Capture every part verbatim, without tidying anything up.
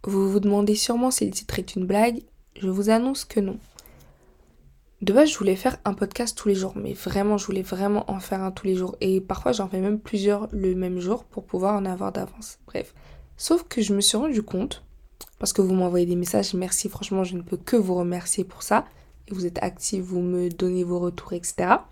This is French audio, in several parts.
Vous vous demandez sûrement si le titre est une blague. Je vous annonce que non. De base, je voulais faire un podcast tous les jours, mais vraiment, je voulais vraiment en faire un tous les jours. Et parfois, j'en fais même plusieurs le même jour pour pouvoir en avoir d'avance. Bref. Sauf que je me suis rendu compte, parce que vous m'envoyez des messages, merci, franchement, je ne peux que vous remercier pour ça. Et vous êtes actifs, vous me donnez vos retours, et cetera.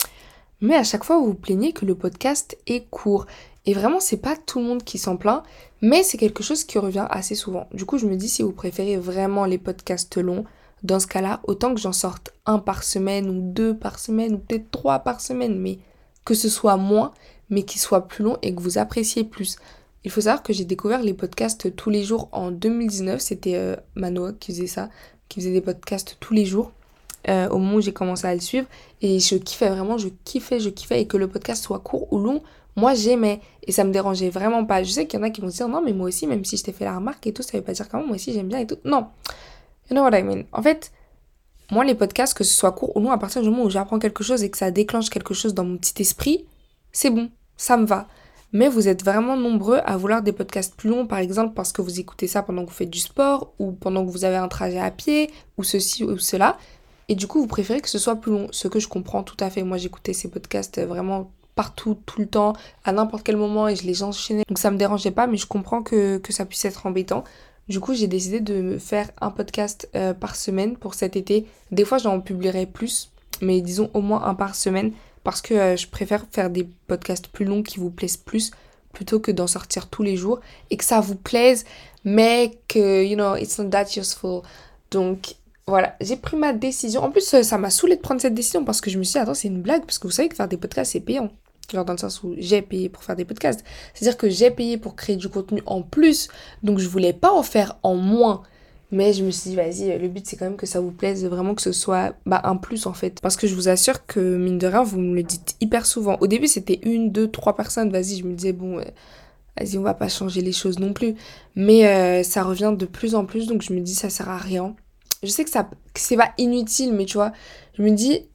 Mais à chaque fois, vous vous plaignez que le podcast est court. Et vraiment, c'est pas tout le monde qui s'en plaint, mais c'est quelque chose qui revient assez souvent. Du coup, je me dis, si vous préférez vraiment les podcasts longs, dans ce cas-là, autant que j'en sorte un par semaine, ou deux par semaine, ou peut-être trois par semaine, mais que ce soit moins, mais qu'il soit plus long et que vous appréciez plus. Il faut savoir que j'ai découvert les podcasts tous les jours en deux mille dix-neuf, c'était euh, Manoa qui faisait ça, qui faisait des podcasts tous les jours. Euh, au moment où j'ai commencé à le suivre et je kiffais vraiment, je kiffais, je kiffais et que le podcast soit court ou long, moi j'aimais et ça me dérangeait vraiment pas. Je sais qu'il y en a qui vont se dire non mais moi aussi même si je t'ai fait la remarque et tout, ça veut pas dire quand même moi aussi j'aime bien et tout. Non, you know what I mean. En fait, moi les podcasts, que ce soit court ou long, à partir du moment où j'apprends quelque chose et que ça déclenche quelque chose dans mon petit esprit, c'est bon, ça me va. Mais vous êtes vraiment nombreux à vouloir des podcasts plus longs, par exemple parce que vous écoutez ça pendant que vous faites du sport ou pendant que vous avez un trajet à pied ou ceci ou cela. Et du coup, vous préférez que ce soit plus long, ce que je comprends tout à fait. Moi, j'écoutais ces podcasts vraiment partout, tout le temps, à n'importe quel moment, et je les enchaînais. Donc ça me dérangeait pas, mais je comprends que, que ça puisse être embêtant. Du coup, j'ai décidé de me faire un podcast euh, par semaine pour cet été. Des fois, j'en publierai plus, mais disons au moins un par semaine, parce que euh, je préfère faire des podcasts plus longs qui vous plaisent plus, plutôt que d'en sortir tous les jours, et que ça vous plaise, mais que, you know, it's not that useful. Donc, voilà, j'ai pris ma décision. En plus, euh, ça m'a saoulé de prendre cette décision parce que je me suis dit, attends, c'est une blague, parce que vous savez que faire des podcasts, c'est payant. Genre dans le sens où j'ai payé pour faire des podcasts. C'est-à-dire que j'ai payé pour créer du contenu en plus, donc je voulais pas en faire en moins. Mais je me suis dit, vas-y, le but c'est quand même que ça vous plaise, vraiment que ce soit bah, un plus en fait. Parce que je vous assure que, mine de rien, vous me le dites hyper souvent. Au début, c'était une, deux, trois personnes, vas-y, je me disais, bon, euh, vas-y, on va pas changer les choses non plus. Mais euh, ça revient de plus en plus, donc je me dis, ça sert à rien. Je sais que, ça, que c'est pas inutile, mais tu vois, je me dis,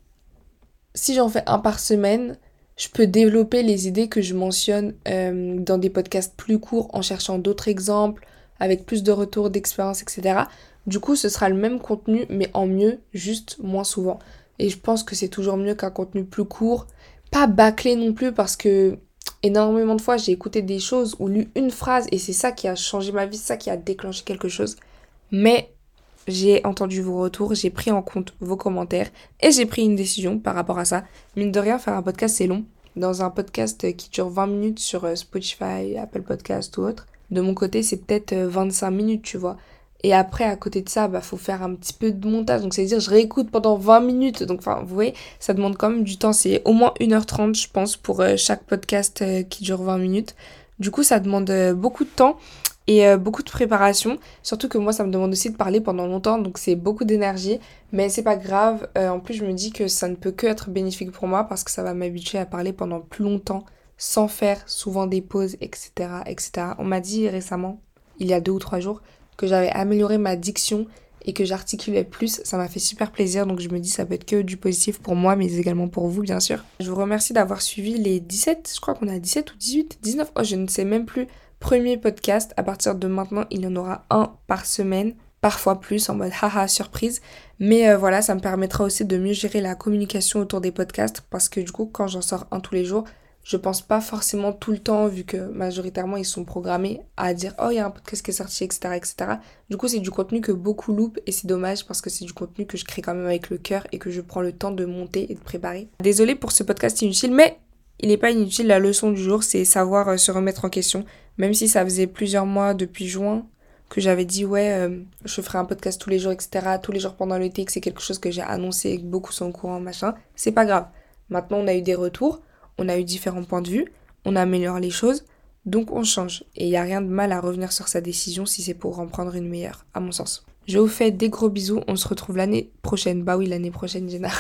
si j'en fais un par semaine, je peux développer les idées que je mentionne euh, dans des podcasts plus courts en cherchant d'autres exemples, avec plus de retours d'expérience, et cetera. Du coup, ce sera le même contenu, mais en mieux, juste moins souvent. Et je pense que c'est toujours mieux qu'un contenu plus court. Pas bâclé non plus, parce que énormément de fois, j'ai écouté des choses ou lu une phrase, et c'est ça qui a changé ma vie, c'est ça qui a déclenché quelque chose. Mais j'ai entendu vos retours, j'ai pris en compte vos commentaires et j'ai pris une décision par rapport à ça. Mine de rien, faire un podcast, c'est long. Dans un podcast qui dure vingt minutes sur Spotify, Apple Podcast ou autre, de mon côté, c'est peut-être vingt-cinq minutes, tu vois. Et après, à côté de ça, bah, faut faire un petit peu de montage. Donc, c'est-à-dire, je réécoute pendant vingt minutes. Donc, enfin, vous voyez, ça demande quand même du temps. C'est au moins une heure trente, je pense, pour euh, chaque podcast euh, qui dure vingt minutes. Du coup, ça demande euh, beaucoup de temps et euh, beaucoup de préparation. Surtout que moi, ça me demande aussi de parler pendant longtemps. Donc, c'est beaucoup d'énergie. Mais c'est pas grave. Euh, en plus, je me dis que ça ne peut que être bénéfique pour moi parce que ça va m'habituer à parler pendant plus longtemps sans faire souvent des pauses, et cetera, et cetera. On m'a dit récemment, il y a deux ou trois jours, que j'avais amélioré ma diction et que j'articulais plus. Ça m'a fait super plaisir, donc je me dis ça peut être que du positif pour moi, mais également pour vous, bien sûr. Je vous remercie d'avoir suivi les dix-sept, je crois qu'on a dix-sept ou dix-huit, dix-neuf, oh je ne sais même plus, premier podcast. À partir de maintenant, il y en aura un par semaine, parfois plus, en mode haha surprise. Mais euh, voilà, ça me permettra aussi de mieux gérer la communication autour des podcasts, parce que du coup, quand j'en sors un tous les jours, je pense pas forcément tout le temps, vu que majoritairement ils sont programmés à dire oh il y a un podcast qui est sorti, et cetera, et cetera. Du coup c'est du contenu que beaucoup loupent et c'est dommage parce que c'est du contenu que je crée quand même avec le cœur et que je prends le temps de monter et de préparer. Désolée pour ce podcast inutile, mais il n'est pas inutile. La leçon du jour, c'est savoir euh, se remettre en question. Même si ça faisait plusieurs mois depuis juin que j'avais dit ouais euh, je ferai un podcast tous les jours, et cetera. Tous les jours pendant l'été, que c'est quelque chose que j'ai annoncé et que beaucoup sont au courant, machin. C'est pas grave. Maintenant on a eu des retours. On a eu différents points de vue, on améliore les choses, donc on change. Et il n'y a rien de mal à revenir sur sa décision si c'est pour en prendre une meilleure, à mon sens. Je vous fais des gros bisous, on se retrouve l'année prochaine. Bah oui, l'année prochaine, Jenna.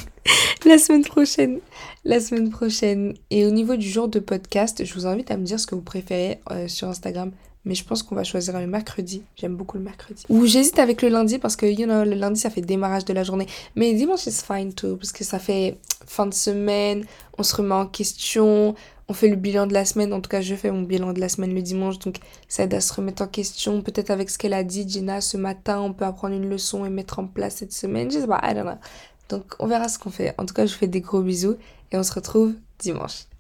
La semaine prochaine. La semaine prochaine. Et au niveau du jour de podcast, je vous invite à me dire ce que vous préférez euh, sur Instagram. Mais je pense qu'on va choisir le mercredi. J'aime beaucoup le mercredi. Ou j'hésite avec le lundi parce que, you know, le lundi, ça fait démarrage de la journée. Mais dimanche, c'est fine too. Parce que ça fait fin de semaine, on se remet en question, On fait le bilan de la semaine. En tout cas, je fais mon bilan de la semaine le dimanche. Donc, ça aide à se remettre en question. Peut-être avec ce qu'elle a dit, Gina, ce matin, on peut apprendre une leçon et mettre en place cette semaine. Je sais pas, I don't know. Donc, on verra ce qu'on fait. En tout cas, je vous fais des gros bisous et on se retrouve dimanche.